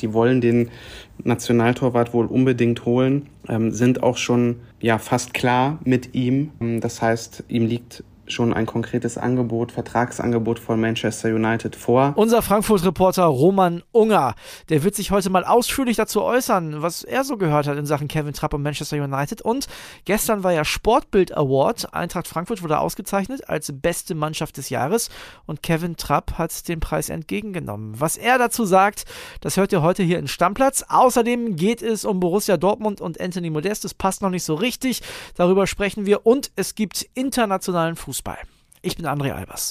Die wollen den Nationaltorwart wohl unbedingt holen, sind auch schon fast klar mit ihm. Das heißt, ihm liegt schon ein konkretes Vertragsangebot von Manchester United vor. Unser Frankfurt-Reporter Roman Unger, der wird sich heute mal ausführlich dazu äußern, was er so gehört hat in Sachen Kevin Trapp und Manchester United. Und gestern war ja Sportbild Award. Eintracht Frankfurt wurde ausgezeichnet als beste Mannschaft des Jahres und Kevin Trapp hat den Preis entgegengenommen. Was er dazu sagt, das hört ihr heute hier in Stammplatz. Außerdem geht es um Borussia Dortmund und Anthony Modest. Das passt noch nicht so richtig. Darüber sprechen wir und es gibt internationalen Fußball. Ich bin André Albers.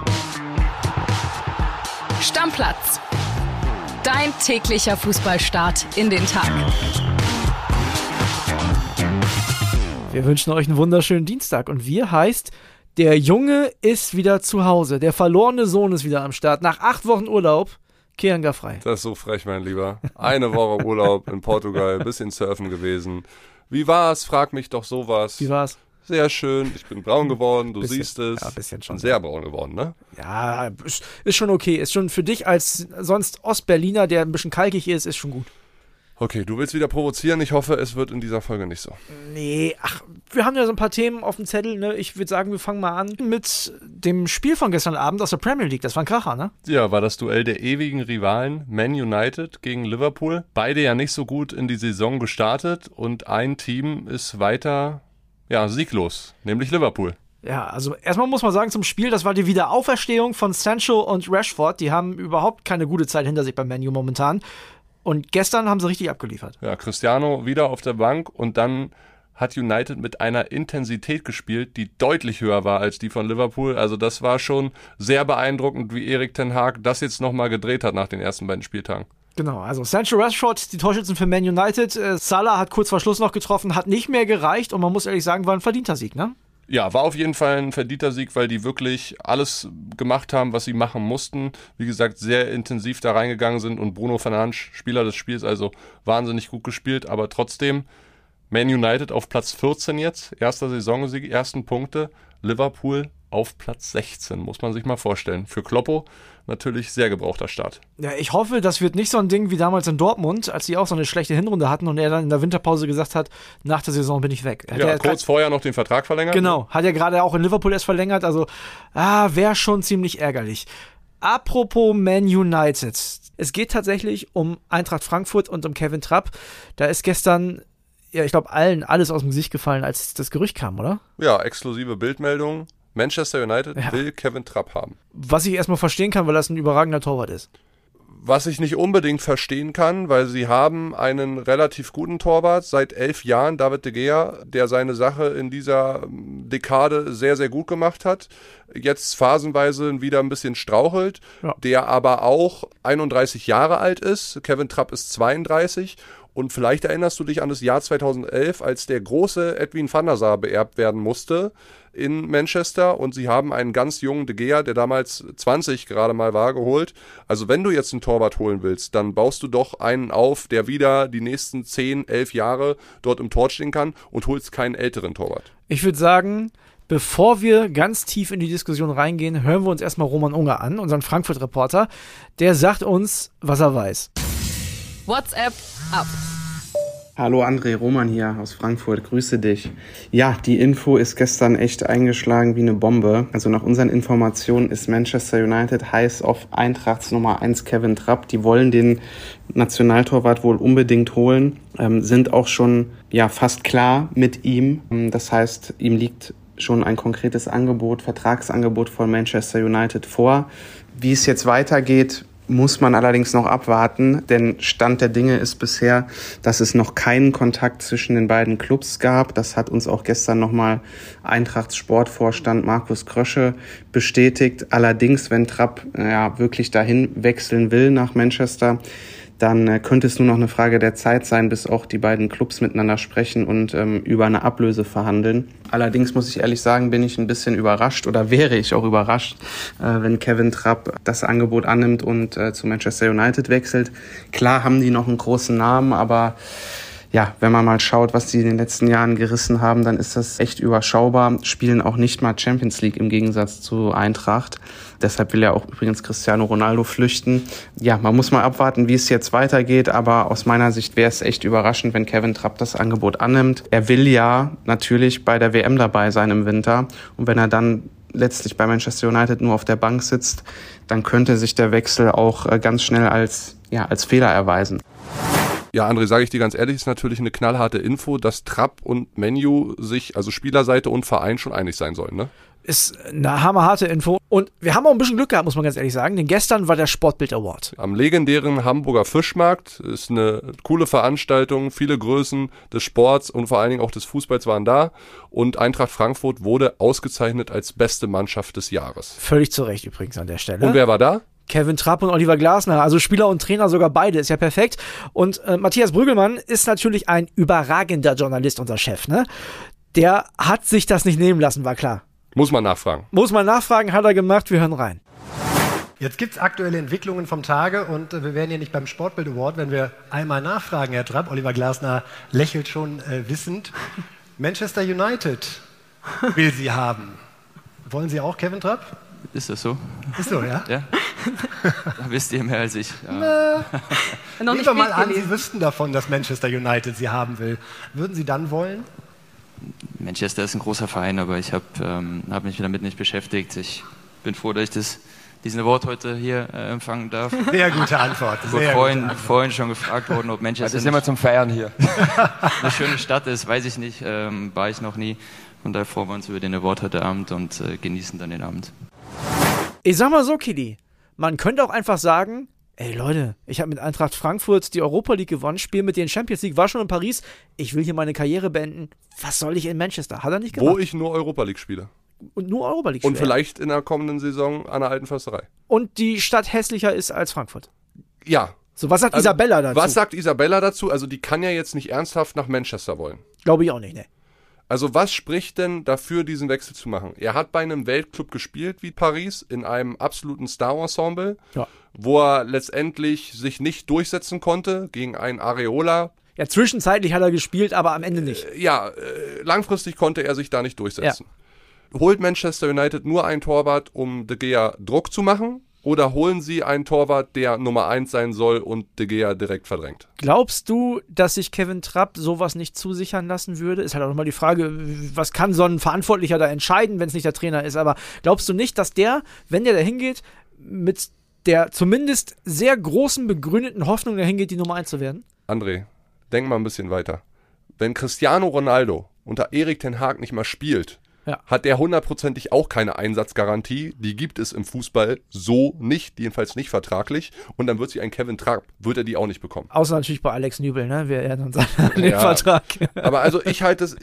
Stammplatz. Dein täglicher Fußballstart in den Tag. Wir wünschen euch einen wunderschönen Dienstag und wir heißt, der Junge ist wieder zu Hause. Der verlorene Sohn ist wieder am Start. Nach 8 Wochen Urlaub. Kianga frei. Das ist so frech, mein Lieber. Eine Woche Urlaub in Portugal, bisschen surfen gewesen. Wie war's? Frag mich doch sowas. Wie war's? Sehr schön, ich bin braun geworden, du siehst es. Ja, ein bisschen schon. Sehr braun geworden, ne? Ja, ist schon okay. Ist schon für dich als sonst Ostberliner, der ein bisschen kalkig ist schon gut. Okay, du willst wieder provozieren. Ich hoffe, es wird in dieser Folge nicht so. Nee, wir haben ja so ein paar Themen auf dem Zettel, ne? Ich würde sagen, wir fangen mal an mit dem Spiel von gestern Abend aus der Premier League. Das war ein Kracher, ne? Ja, war das Duell der ewigen Rivalen Man United gegen Liverpool. Beide ja nicht so gut in die Saison gestartet und ein Team ist weiter sieglos, nämlich Liverpool. Ja, also erstmal muss man sagen zum Spiel, das war die Wiederauferstehung von Sancho und Rashford. Die haben überhaupt keine gute Zeit hinter sich beim Man U momentan. Und gestern haben sie richtig abgeliefert. Ja, Cristiano wieder auf der Bank und dann hat United mit einer Intensität gespielt, die deutlich höher war als die von Liverpool. Also das war schon sehr beeindruckend, wie Erik ten Hag das jetzt nochmal gedreht hat nach den ersten beiden Spieltagen. Genau, also Sancho, Rashford, die Torschützen für Man United. Salah hat kurz vor Schluss noch getroffen, hat nicht mehr gereicht und man muss ehrlich sagen, war ein verdienter Sieg, ne? Ja, war auf jeden Fall ein verdienter Sieg, weil die wirklich alles gemacht haben, was sie machen mussten. Wie gesagt, sehr intensiv da reingegangen sind und Bruno Fernandes, Spieler des Spiels, also wahnsinnig gut gespielt. Aber trotzdem, Man United auf Platz 14 jetzt, erster Saisonsieg, ersten Punkte. Liverpool auf Platz 16, muss man sich mal vorstellen. Für Kloppo natürlich sehr gebrauchter Start. Ja, ich hoffe, das wird nicht so ein Ding wie damals in Dortmund, als sie auch so eine schlechte Hinrunde hatten und er dann in der Winterpause gesagt hat, nach der Saison bin ich weg. Kurz vorher noch den Vertrag verlängert. Genau, hat er gerade auch in Liverpool erst verlängert, also wäre schon ziemlich ärgerlich. Apropos Man United. Es geht tatsächlich um Eintracht Frankfurt und um Kevin Trapp. Da ist gestern, ich glaube, allen alles aus dem Gesicht gefallen, als das Gerücht kam, oder? Ja, exklusive Bildmeldung. Manchester United will Kevin Trapp haben. Was ich erstmal verstehen kann, weil das ein überragender Torwart ist. Was ich nicht unbedingt verstehen kann, weil sie haben einen relativ guten Torwart seit 11 Jahren, David de Gea, der seine Sache in dieser Dekade sehr, sehr gut gemacht hat. Jetzt phasenweise wieder ein bisschen strauchelt, der aber auch 31 Jahre alt ist. Kevin Trapp ist 32. Und vielleicht erinnerst du dich an das Jahr 2011, als der große Edwin van der Sar beerbt werden musste in Manchester und sie haben einen ganz jungen De Gea, der damals 20 gerade mal war, geholt. Also wenn du jetzt einen Torwart holen willst, dann baust du doch einen auf, der wieder die nächsten 10, 11 Jahre dort im Tor stehen kann und holst keinen älteren Torwart. Ich würde sagen, bevor wir ganz tief in die Diskussion reingehen, hören wir uns erstmal Roman Unger an, unseren Frankfurt-Reporter. Der sagt uns, was er weiß. WhatsApp ab. Hallo André, Roman hier aus Frankfurt, grüße dich. Ja, die Info ist gestern echt eingeschlagen wie eine Bombe. Also nach unseren Informationen ist Manchester United heiß auf Eintrachts Nummer 1 Kevin Trapp. Die wollen den Nationaltorwart wohl unbedingt holen, sind auch schon fast klar mit ihm. Das heißt, ihm liegt schon ein konkretes Vertragsangebot von Manchester United vor. Wie es jetzt weitergeht, muss man allerdings noch abwarten, denn Stand der Dinge ist bisher, dass es noch keinen Kontakt zwischen den beiden Clubs gab. Das hat uns auch gestern nochmal Eintrachts Sportvorstand Markus Krösche bestätigt. Allerdings, wenn Trapp wirklich dahin wechseln will nach Manchester, dann könnte es nur noch eine Frage der Zeit sein, bis auch die beiden Clubs miteinander sprechen und über eine Ablöse verhandeln. Allerdings muss ich ehrlich sagen, bin ich ein bisschen überrascht oder wäre ich auch überrascht, wenn Kevin Trapp das Angebot annimmt und zu Manchester United wechselt. Klar haben die noch einen großen Namen, aber ja, wenn man mal schaut, was die in den letzten Jahren gerissen haben, dann ist das echt überschaubar. Spielen auch nicht mal Champions League im Gegensatz zu Eintracht. Deshalb will ja auch übrigens Cristiano Ronaldo flüchten. Ja, man muss mal abwarten, wie es jetzt weitergeht, aber aus meiner Sicht wäre es echt überraschend, wenn Kevin Trapp das Angebot annimmt. Er will ja natürlich bei der WM dabei sein im Winter und wenn er dann letztlich bei Manchester United nur auf der Bank sitzt, dann könnte sich der Wechsel auch ganz schnell als Fehler erweisen. Ja, André, sage ich dir ganz ehrlich, ist natürlich eine knallharte Info, dass Trapp und Man-U sich, also Spielerseite und Verein, schon einig sein sollen, ne? Ist eine hammerharte Info. Und wir haben auch ein bisschen Glück gehabt, muss man ganz ehrlich sagen, denn gestern war der Sportbild Award. Am legendären Hamburger Fischmarkt ist eine coole Veranstaltung. Viele Größen des Sports und vor allen Dingen auch des Fußballs waren da. Und Eintracht Frankfurt wurde ausgezeichnet als beste Mannschaft des Jahres. Völlig zu Recht übrigens an der Stelle. Und wer war da? Kevin Trapp und Oliver Glasner, also Spieler und Trainer sogar beide, ist ja perfekt. Und Matthias Brüggelmann ist natürlich ein überragender Journalist, unser Chef, ne? Der hat sich das nicht nehmen lassen, war klar. Muss man nachfragen. Muss man nachfragen, hat er gemacht, wir hören rein. Jetzt gibt es aktuelle Entwicklungen vom Tage und wir werden hier nicht beim Sportbild Award, wenn wir einmal nachfragen, Herr Trapp. Oliver Glasner lächelt schon wissend. Manchester United will Sie haben. Wollen Sie auch, Kevin Trapp? Ist das so? Ist so, ja? Ja. Da wisst ihr mehr als ich. Ja. Noch nicht Nehmen wir mal an, gelesen. Sie wüssten davon, dass Manchester United Sie haben will. Würden Sie dann wollen? Manchester ist ein großer Verein, aber ich habe mich damit nicht beschäftigt. Ich bin froh, dass ich diesen Award heute hier empfangen darf. Sehr gute Antwort. Ich wurde vorhin schon gefragt worden, ob Manchester das ist immer zum Feiern hier. eine schöne Stadt ist, weiß ich nicht, war ich noch nie. Von daher freuen wir uns über den Award heute Abend und genießen dann den Abend. Ich sag mal so, Kili, man könnte auch einfach sagen, ey Leute, ich habe mit Eintracht Frankfurt die Europa League gewonnen, spiele mit denen Champions League, war schon in Paris, ich will hier meine Karriere beenden. Was soll ich in Manchester? Hat er nicht gemacht. Wo ich nur Europa League spiele. Und nur Europa League Und spiele. vielleicht in der kommenden Saison an der Alten Försterei. Und die Stadt hässlicher ist als Frankfurt. Ja. So, was sagt Also, Isabella dazu? Was sagt Isabella dazu? Also die kann ja jetzt nicht ernsthaft nach Manchester wollen. Glaube ich auch nicht, ne. Also was spricht denn dafür, diesen Wechsel zu machen? Er hat bei einem Weltclub gespielt wie Paris, in einem absoluten Star-Ensemble, Ja. wo er letztendlich sich nicht durchsetzen konnte gegen einen Areola. Ja, zwischenzeitlich hat er gespielt, aber am Ende nicht. Langfristig konnte er sich da nicht durchsetzen. Holt Manchester United nur einen Torwart, um De Gea Druck zu machen? Oder holen sie einen Torwart, der Nummer 1 sein soll und De Gea direkt verdrängt? Glaubst du, dass sich Kevin Trapp sowas nicht zusichern lassen würde? Ist halt auch nochmal die Frage, was kann so ein Verantwortlicher da entscheiden, wenn es nicht der Trainer ist? Aber glaubst du nicht, dass der, wenn der da hingeht, mit der zumindest sehr großen begründeten Hoffnung dahin geht, die Nummer 1 zu werden? André, denk mal ein bisschen weiter. Wenn Cristiano Ronaldo unter Erik ten Hag nicht mal spielt, hat der hundertprozentig auch keine Einsatzgarantie. Die gibt es im Fußball so nicht, jedenfalls nicht vertraglich. Und dann wird sich ein Kevin Trapp, wird er die auch nicht bekommen. Außer natürlich bei Alex Nübel, ne? Wir erinnern uns an den Vertrag. Aber also ich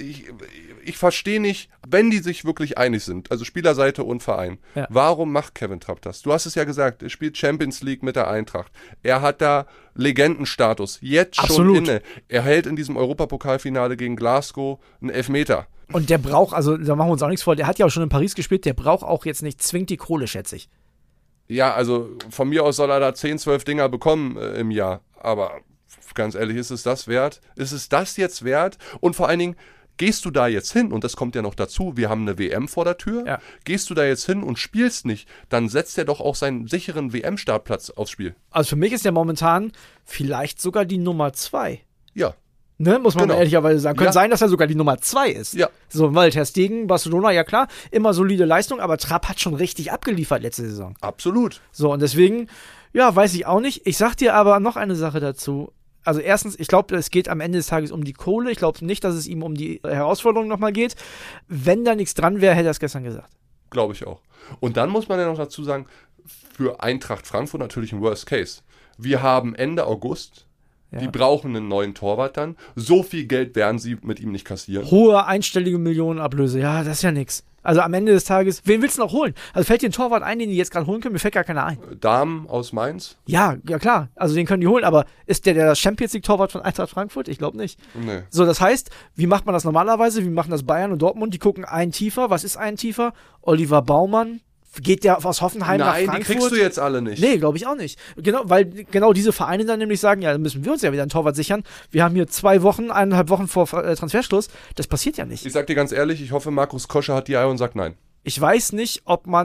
verstehe nicht, wenn die sich wirklich einig sind, also Spielerseite und Verein, warum macht Kevin Trapp das? Du hast es ja gesagt, er spielt Champions League mit der Eintracht. Er hat da Legendenstatus, jetzt schon inne. Er hält in diesem Europapokalfinale gegen Glasgow einen Elfmeter. Und der braucht, also da machen wir uns auch nichts vor, der hat ja auch schon in Paris gespielt, der braucht auch jetzt nicht zwingend die Kohle, schätze ich. Ja, also von mir aus soll er da 10, 12 Dinger bekommen im Jahr. Aber ganz ehrlich, ist es das wert? Ist es das jetzt wert? Und vor allen Dingen, gehst du da jetzt hin, und das kommt ja noch dazu, wir haben eine WM vor der Tür, gehst du da jetzt hin und spielst nicht, dann setzt er doch auch seinen sicheren WM-Startplatz aufs Spiel. Also für mich ist der momentan vielleicht sogar die Nummer 2. Ja. Ne, muss man ehrlicherweise sagen. Könnte sein, dass er sogar die Nummer 2 ist. Ja. So, weil Ter Stegen, Barcelona, ja klar, immer solide Leistung, aber Trapp hat schon richtig abgeliefert letzte Saison. Absolut. So, und deswegen, ja, weiß ich auch nicht. Ich sag dir aber noch eine Sache dazu. Also erstens, ich glaube, es geht am Ende des Tages um die Kohle. Ich glaube nicht, dass es ihm um die Herausforderung nochmal geht. Wenn da nichts dran wäre, hätte er es gestern gesagt. Glaube ich auch. Und dann muss man ja noch dazu sagen, für Eintracht Frankfurt natürlich ein Worst Case. Wir haben Ende August, die brauchen einen neuen Torwart dann. So viel Geld werden sie mit ihm nicht kassieren. Hohe einstellige Millionenablöse, ja, das ist ja nix. Also am Ende des Tages, wen willst du noch holen? Also fällt dir ein Torwart ein, den die jetzt gerade holen können? Mir fällt gar keiner ein. Dahm aus Mainz? Ja klar, also den können die holen, aber ist der Champions League Torwart von Eintracht Frankfurt? Ich glaube nicht. Nee. So, das heißt, wie macht man das normalerweise? Wie machen das Bayern und Dortmund? Die gucken einen tiefer. Was ist ein tiefer? Oliver Baumann geht der aus Hoffenheim nach Frankfurt? Nein, die kriegst du jetzt alle nicht. Nee, glaube ich auch nicht. Genau, weil genau diese Vereine dann nämlich sagen, ja, dann müssen wir uns ja wieder einen Torwart sichern. Wir haben hier 1,5 Wochen vor Transferschluss. Das passiert ja nicht. Ich sag dir ganz ehrlich, ich hoffe, Markus Koscher hat die Eier und sagt nein. Ich weiß nicht,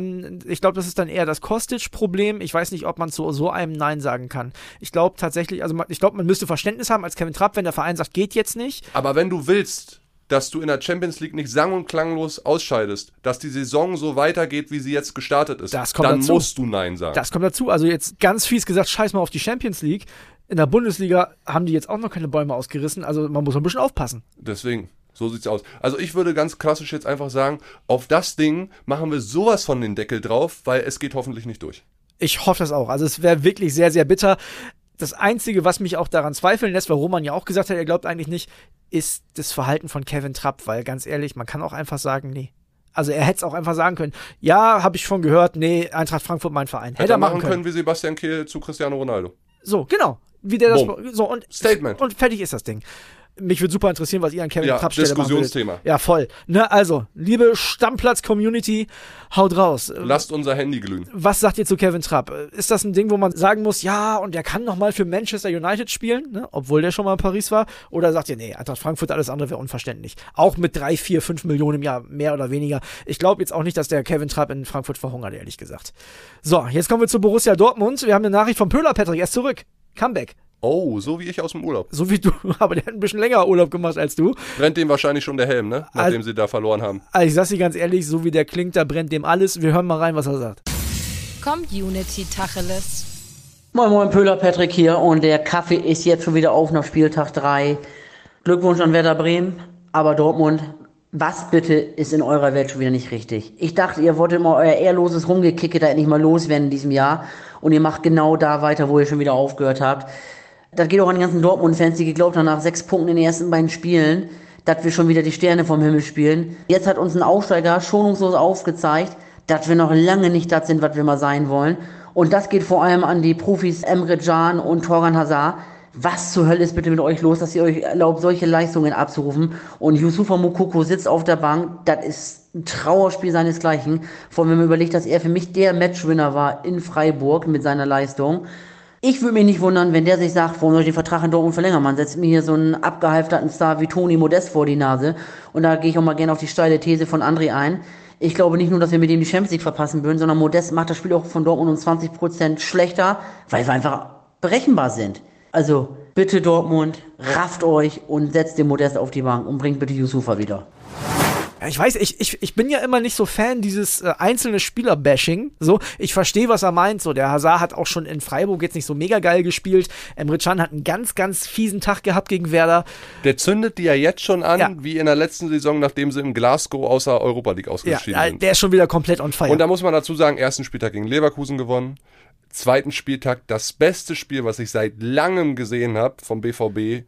ich glaube, das ist dann eher das Kostic-Problem. Ich weiß nicht, ob man zu so einem Nein sagen kann. Ich glaube tatsächlich, man müsste Verständnis haben als Kevin Trapp, wenn der Verein sagt, geht jetzt nicht. Aber wenn du willst, dass du in der Champions League nicht sang- und klanglos ausscheidest, dass die Saison so weitergeht, wie sie jetzt gestartet ist, dann musst du Nein sagen. Das kommt dazu. Also jetzt ganz fies gesagt, scheiß mal auf die Champions League. In der Bundesliga haben die jetzt auch noch keine Bäume ausgerissen. Also man muss ein bisschen aufpassen. Deswegen, so sieht's aus. Also ich würde ganz klassisch jetzt einfach sagen, auf das Ding machen wir sowas von den Deckel drauf, weil es geht hoffentlich nicht durch. Ich hoffe das auch. Also es wäre wirklich sehr, sehr bitter. Das Einzige, was mich auch daran zweifeln lässt, weil Roman ja auch gesagt hat, er glaubt eigentlich nicht, ist das Verhalten von Kevin Trapp, weil ganz ehrlich, man kann auch einfach sagen, nee. Also er hätte es auch einfach sagen können, ja, habe ich schon gehört, nee, Eintracht Frankfurt mein Verein. Hätte er machen können wie Sebastian Kehl zu Cristiano Ronaldo. So, genau. Wie der das so und Statement. Und fertig ist das Ding. Mich würde super interessieren, was ihr an Kevin Trapp Stelle machen würdet. Diskussionsthema. Ja, voll. Ne, also, liebe Stammplatz-Community, haut raus. Lasst unser Handy glühen. Was sagt ihr zu Kevin Trapp? Ist das ein Ding, wo man sagen muss, ja, und der kann noch mal für Manchester United spielen, ne, obwohl der schon mal in Paris war? Oder sagt ihr, nee, Eintracht Frankfurt, alles andere wäre unverständlich. Auch mit 3, 4, 5 Millionen im Jahr, mehr oder weniger. Ich glaube jetzt auch nicht, dass der Kevin Trapp in Frankfurt verhungert, ehrlich gesagt. So, jetzt kommen wir zu Borussia Dortmund. Wir haben eine Nachricht von Pöhler, Patrick, er ist zurück. Comeback. Oh, so wie ich aus dem Urlaub. So wie du, aber der hat ein bisschen länger Urlaub gemacht als du. Brennt dem wahrscheinlich schon der Helm, ne? Nachdem sie da verloren haben. Also ich sag's dir ganz ehrlich, so wie der klingt, da brennt dem alles. Wir hören mal rein, was er sagt. Community Tacheles. Moin Moin, Pöhler, Patrick hier und der Kaffee ist jetzt schon wieder auf nach Spieltag 3. Glückwunsch an Werder Bremen, aber Dortmund, was bitte ist in eurer Welt schon wieder nicht richtig? Ich dachte, ihr wolltet mal euer ehrloses Rumgekicke da endlich mal loswerden in diesem Jahr und ihr macht genau da weiter, wo ihr schon wieder aufgehört habt. Das geht auch an die ganzen Dortmund-Fans, die geglaubt haben, nach 6 Punkten in den ersten beiden Spielen, dass wir schon wieder die Sterne vom Himmel spielen. Jetzt hat uns ein Aufsteiger schonungslos aufgezeigt, dass wir noch lange nicht das sind, was wir mal sein wollen. Und das geht vor allem an die Profis Emre Can und Torgan Hazard. Was zur Hölle ist bitte mit euch los, dass ihr euch erlaubt, solche Leistungen abzurufen? Und Youssoufa Moukoko sitzt auf der Bank. Das ist ein Trauerspiel seinesgleichen. Vor allem, wenn man überlegt, dass er für mich der Matchwinner war in Freiburg mit seiner Leistung. Ich würde mich nicht wundern, wenn der sich sagt, warum soll ich den Vertrag in Dortmund verlängern? Man setzt mir hier so einen abgehalfterten Star wie Toni Modest vor die Nase. Und da gehe ich auch mal gerne auf die steile These von André ein. Ich glaube nicht nur, dass wir mit ihm die Champions League verpassen würden, sondern Modest macht das Spiel auch von Dortmund um 20% schlechter, weil wir einfach berechenbar sind. Also bitte Dortmund, rafft euch und setzt den Modest auf die Bank und bringt bitte Youssoufa wieder. Ich weiß, ich bin ja immer nicht so Fan dieses einzelne Spieler-Bashing. So, ich verstehe, was er meint. So, der Hazard hat auch schon in Freiburg jetzt nicht so mega geil gespielt. Emre Can hat einen ganz, ganz fiesen Tag gehabt gegen Werder. Der zündet die ja jetzt schon an, wie in der letzten Saison, nachdem sie in Glasgow außer Europa League ausgeschieden sind. Der ist schon wieder komplett on fire. Und da muss man dazu sagen, ersten Spieltag gegen Leverkusen gewonnen. Zweiten Spieltag das beste Spiel, was ich seit langem gesehen habe vom BVB.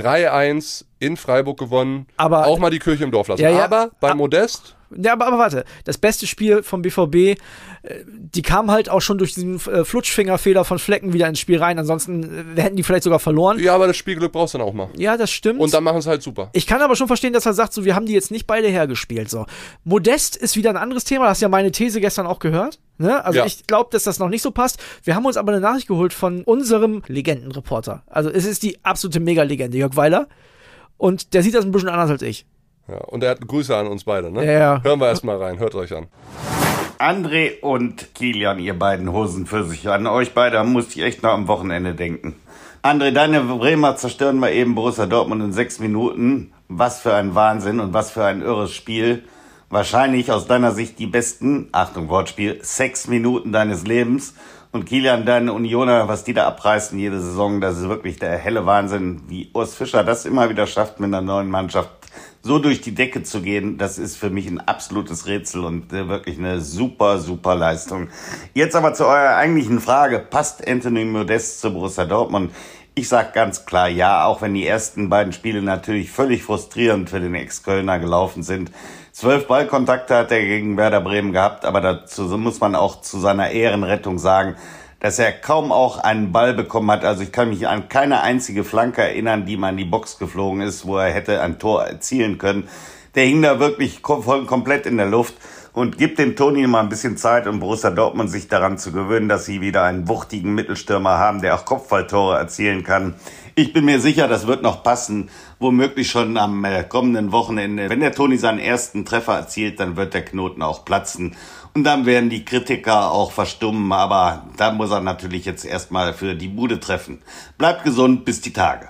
3-1 in Freiburg gewonnen. Aber auch mal die Kirche im Dorf lassen. Aber bei Modest... Ja, aber warte, das beste Spiel vom BVB, die kam halt auch schon durch diesen Flutschfingerfehler von Flecken wieder ins Spiel rein, ansonsten hätten die vielleicht sogar verloren. Ja, aber das Spielglück brauchst du dann auch mal. Ja, das stimmt. Und dann machen sie halt super. Ich kann aber schon verstehen, dass er sagt, so, wir haben die jetzt nicht beide hergespielt. So. Modest ist wieder ein anderes Thema, das hast ja meine These gestern auch gehört. Ne? Also ich glaube, dass das noch nicht so passt. Wir haben uns aber eine Nachricht geholt von unserem Legendenreporter. Also es ist die absolute Mega-Legende, Jörg Weiler. Und der sieht das ein bisschen anders als ich. Ja, und er hat Grüße an uns beide, ne? Ja. Hören wir erstmal rein, hört euch an. André und Kilian, ihr beiden Hosen für sich. An euch beide musste ich echt noch am Wochenende denken. André, deine Bremer zerstören mal eben Borussia Dortmund in 6 Minuten. Was für ein Wahnsinn und was für ein irres Spiel. Wahrscheinlich aus deiner Sicht die besten, Achtung Wortspiel, 6 Minuten deines Lebens. Und Kilian, deine Unioner, was die da abreißen jede Saison, das ist wirklich der helle Wahnsinn, wie Urs Fischer das immer wieder schafft, mit einer neuen Mannschaft so durch die Decke zu gehen. Das ist für mich ein absolutes Rätsel und wirklich eine super, super Leistung. Jetzt aber zu eurer eigentlichen Frage, passt Anthony Modest zu Borussia Dortmund? Ich sag ganz klar ja, auch wenn die ersten beiden Spiele natürlich völlig frustrierend für den Ex-Kölner gelaufen sind. 12 Ballkontakte hat er gegen Werder Bremen gehabt, aber dazu muss man auch zu seiner Ehrenrettung sagen, dass er kaum auch einen Ball bekommen hat. Also ich kann mich an keine einzige Flanke erinnern, die mal in die Box geflogen ist, wo er hätte ein Tor erzielen können. Der hing da wirklich komplett in der Luft. und gibt dem Toni mal ein bisschen Zeit, um Borussia Dortmund sich daran zu gewöhnen, dass sie wieder einen wuchtigen Mittelstürmer haben, der auch Kopfballtore erzielen kann. Ich bin mir sicher, das wird noch passen, womöglich schon am kommenden Wochenende. Wenn der Toni seinen ersten Treffer erzielt, dann wird der Knoten auch platzen. Und dann werden die Kritiker auch verstummen, aber da muss er natürlich jetzt erstmal für die Bude treffen. Bleibt gesund, bis die Tage.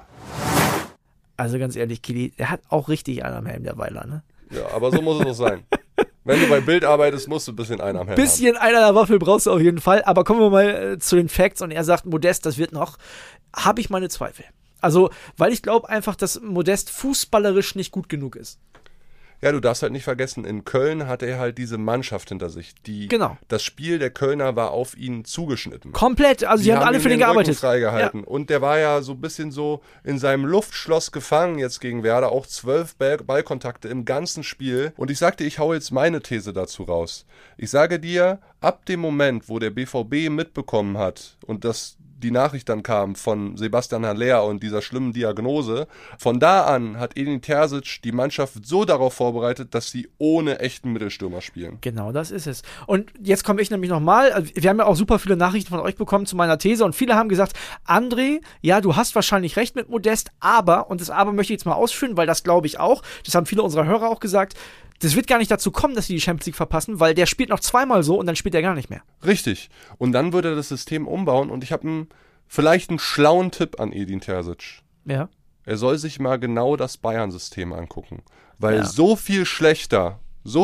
Also ganz ehrlich, Kili, der hat auch richtig einen am Helm, der Weiler, ne? Ja, aber so muss es doch sein. Wenn du bei Bild arbeitest, musst du ein bisschen einen am Helm bisschen haben. einer an der Waffel brauchst du auf jeden Fall. Aber kommen wir mal zu den Facts. Und er sagt, Modest, das wird noch. Habe ich meine Zweifel. Also, weil ich glaube einfach, dass Modest fußballerisch nicht gut genug ist. Ja, du darfst halt nicht vergessen, in Köln hat er halt diese Mannschaft hinter sich. Genau. Das Spiel der Kölner war auf ihn zugeschnitten. Komplett, also die haben alle für den gearbeitet. Freigehalten. Ja. Und der war ja so ein bisschen so in seinem Luftschloss gefangen jetzt gegen Werder, auch 12 Ballkontakte im ganzen Spiel. Und ich sagte, ich hau jetzt meine These dazu raus. Ich sage dir, ab dem Moment, wo der BVB mitbekommen hat und die Nachricht dann kam von Sebastian Haller und dieser schlimmen Diagnose. Von da an hat Edin Terzic die Mannschaft so darauf vorbereitet, dass sie ohne echten Mittelstürmer spielen. Genau, das ist es. Und jetzt komme ich nämlich nochmal, wir haben ja auch super viele Nachrichten von euch bekommen zu meiner These und viele haben gesagt, André, ja, du hast wahrscheinlich recht mit Modest, aber, und das Aber möchte ich jetzt mal ausführen, weil das glaube ich auch, das haben viele unserer Hörer auch gesagt, das wird gar nicht dazu kommen, dass sie die Champions League verpassen, weil der spielt noch zweimal so und dann spielt er gar nicht mehr. Richtig. Und dann würde er das System umbauen und ich habe vielleicht einen schlauen Tipp an Edin Terzic. Ja. Er soll sich mal genau das Bayern-System angucken. Weil so viel schlechter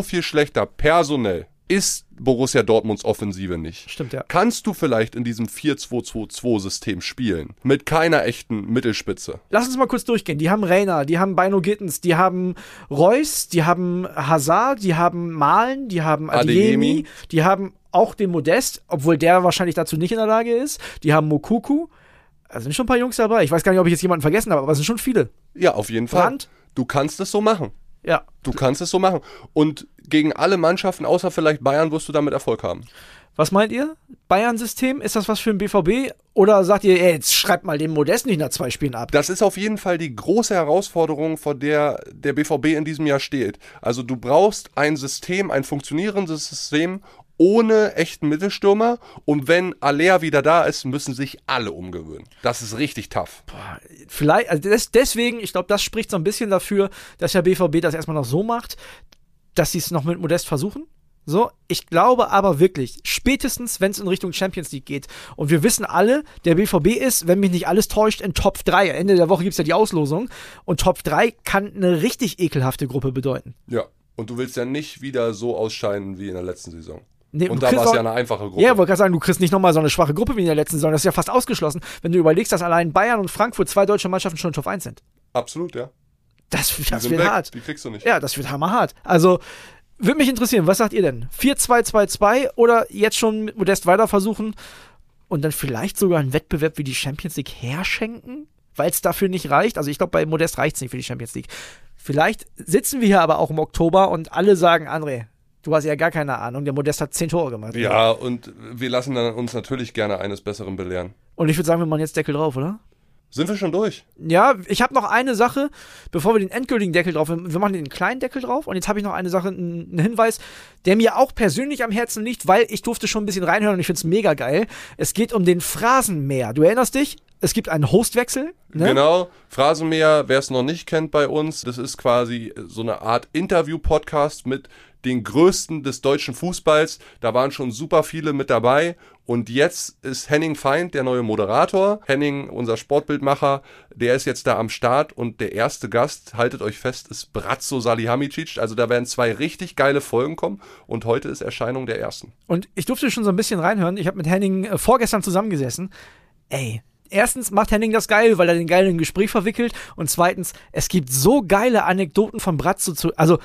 personell ist Borussia Dortmunds Offensive nicht. Stimmt, ja. Kannst du vielleicht in diesem 4-2-2-2-System spielen? Mit keiner echten Mittelspitze. Lass uns mal kurz durchgehen. Die haben Reina, die haben Bino Gittens, die haben Reus, die haben Hazard, die haben Malen, die haben Adeyemi, die haben auch den Modest, obwohl der wahrscheinlich dazu nicht in der Lage ist. Die haben Moukoko. Also sind schon ein paar Jungs dabei. Ich weiß gar nicht, ob ich jetzt jemanden vergessen habe, aber es sind schon viele. Ja, auf jeden Fall. Brandt. Du kannst es so machen. Ja. Du kannst es so machen. Und gegen alle Mannschaften, außer vielleicht Bayern, wirst du damit Erfolg haben. Was meint ihr? Bayern-System? Ist das was für den BVB? Oder sagt ihr, jetzt schreibt mal den Modest nicht nach 2 Spielen ab? Das ist auf jeden Fall die große Herausforderung, vor der der BVB in diesem Jahr steht. Also du brauchst ein System, ein funktionierendes System ohne echten Mittelstürmer. Und wenn Haller wieder da ist, müssen sich alle umgewöhnen. Das ist richtig tough. Boah, vielleicht, also deswegen, ich glaube, das spricht so ein bisschen dafür, dass der BVB das erstmal noch so macht, dass sie es noch mit Modest versuchen. So, ich glaube aber wirklich, spätestens, wenn es in Richtung Champions League geht, und wir wissen alle, der BVB ist, wenn mich nicht alles täuscht, in Top 3. Ende der Woche gibt es ja die Auslosung. Und Top 3 kann eine richtig ekelhafte Gruppe bedeuten. Ja, und du willst ja nicht wieder so ausscheiden wie in der letzten Saison. Nee, und da war es ja eine einfache Gruppe. Ja, ich wollte gerade sagen, du kriegst nicht nochmal so eine schwache Gruppe wie in der letzten Saison. Das ist ja fast ausgeschlossen, wenn du überlegst, dass allein Bayern und Frankfurt 2 deutsche Mannschaften schon in Top 1 sind. Absolut, ja. Das wird hart. Die kriegst du nicht. Ja, das wird hammerhart. Also, würde mich interessieren, was sagt ihr denn? 4-2-2-2 oder jetzt schon mit Modest weiter versuchen und dann vielleicht sogar einen Wettbewerb wie die Champions League herschenken, weil es dafür nicht reicht? Also ich glaube, bei Modest reicht es nicht für die Champions League. Vielleicht sitzen wir hier aber auch im Oktober und alle sagen, André, du hast ja gar keine Ahnung, der Modest hat 10 Tore gemacht. Ja, und wir lassen dann uns natürlich gerne eines Besseren belehren. Und ich würde sagen, wir machen jetzt Deckel drauf, oder? Sind wir schon durch? Ja, ich habe noch eine Sache, bevor wir den endgültigen Deckel drauf haben. Wir machen den kleinen Deckel drauf und jetzt habe ich noch eine Sache, einen Hinweis, der mir auch persönlich am Herzen liegt, weil ich durfte schon ein bisschen reinhören und ich finde es mega geil. Es geht um den Phrasenmäher. Du erinnerst dich? Es gibt einen Hostwechsel. Ne? Genau, Phrasenmäher, wer es noch nicht kennt bei uns, das ist quasi so eine Art Interview-Podcast mit den Größten des deutschen Fußballs. Da waren schon super viele mit dabei. Und jetzt ist Henning Feind der neue Moderator. Henning, unser Sportbildmacher, der ist jetzt da am Start. Und der erste Gast, haltet euch fest, ist Bratzo Salihamidzic. Also da werden 2 richtig geile Folgen kommen. Und heute ist Erscheinung der ersten. Und ich durfte schon so ein bisschen reinhören. Ich habe mit Henning vorgestern zusammengesessen. Ey, erstens macht Henning das geil, weil er den geilen Gespräch verwickelt. Und zweitens, es gibt so geile Anekdoten von Bratzo zu... Also,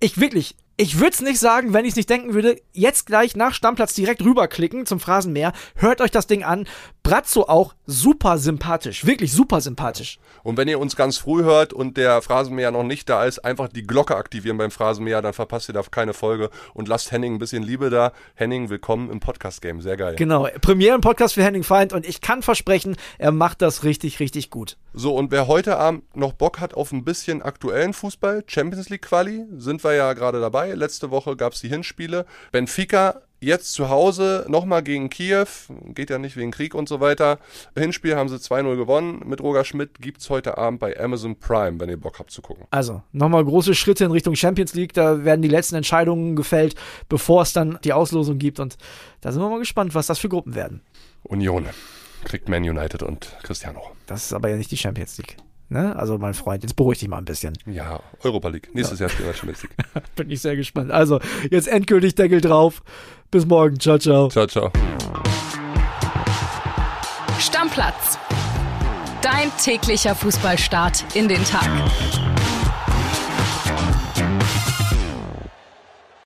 ich würde es nicht sagen, wenn ich es nicht denken würde. Jetzt gleich nach Stammplatz direkt rüberklicken zum Phrasenmäher. Hört euch das Ding an. Bratzo auch super sympathisch. Wirklich super sympathisch. Und wenn ihr uns ganz früh hört und der Phrasenmäher noch nicht da ist, einfach die Glocke aktivieren beim Phrasenmäher, dann verpasst ihr da keine Folge und lasst Henning ein bisschen Liebe da. Henning, willkommen im Podcast-Game. Sehr geil. Genau, Premieren-Podcast für Henning Feind und ich kann versprechen, er macht das richtig, richtig gut. So, und wer heute Abend noch Bock hat auf ein bisschen aktuellen Fußball, Champions League Quali, sind wir ja gerade dabei. Letzte Woche gab es die Hinspiele. Benfica jetzt zu Hause nochmal gegen Kiew, geht ja nicht wegen Krieg und so weiter. Hinspiel haben sie 2-0 gewonnen mit Roger Schmidt, gibt's heute Abend bei Amazon Prime, wenn ihr Bock habt zu gucken. Also, nochmal große Schritte in Richtung Champions League, da werden die letzten Entscheidungen gefällt, bevor es dann die Auslosung gibt und da sind wir mal gespannt, was das für Gruppen werden. Union kriegt Man United und Cristiano. Das ist aber ja nicht die Champions League. Ne? Also mein Freund, jetzt beruhig dich mal ein bisschen. Ja, Europa League. Nächstes Jahr spielen wir Champions League. Bin ich sehr gespannt. Also, jetzt endgültig Deckel drauf. Bis morgen. Ciao, ciao. Ciao, ciao. Stammplatz. Dein täglicher Fußballstart in den Tag.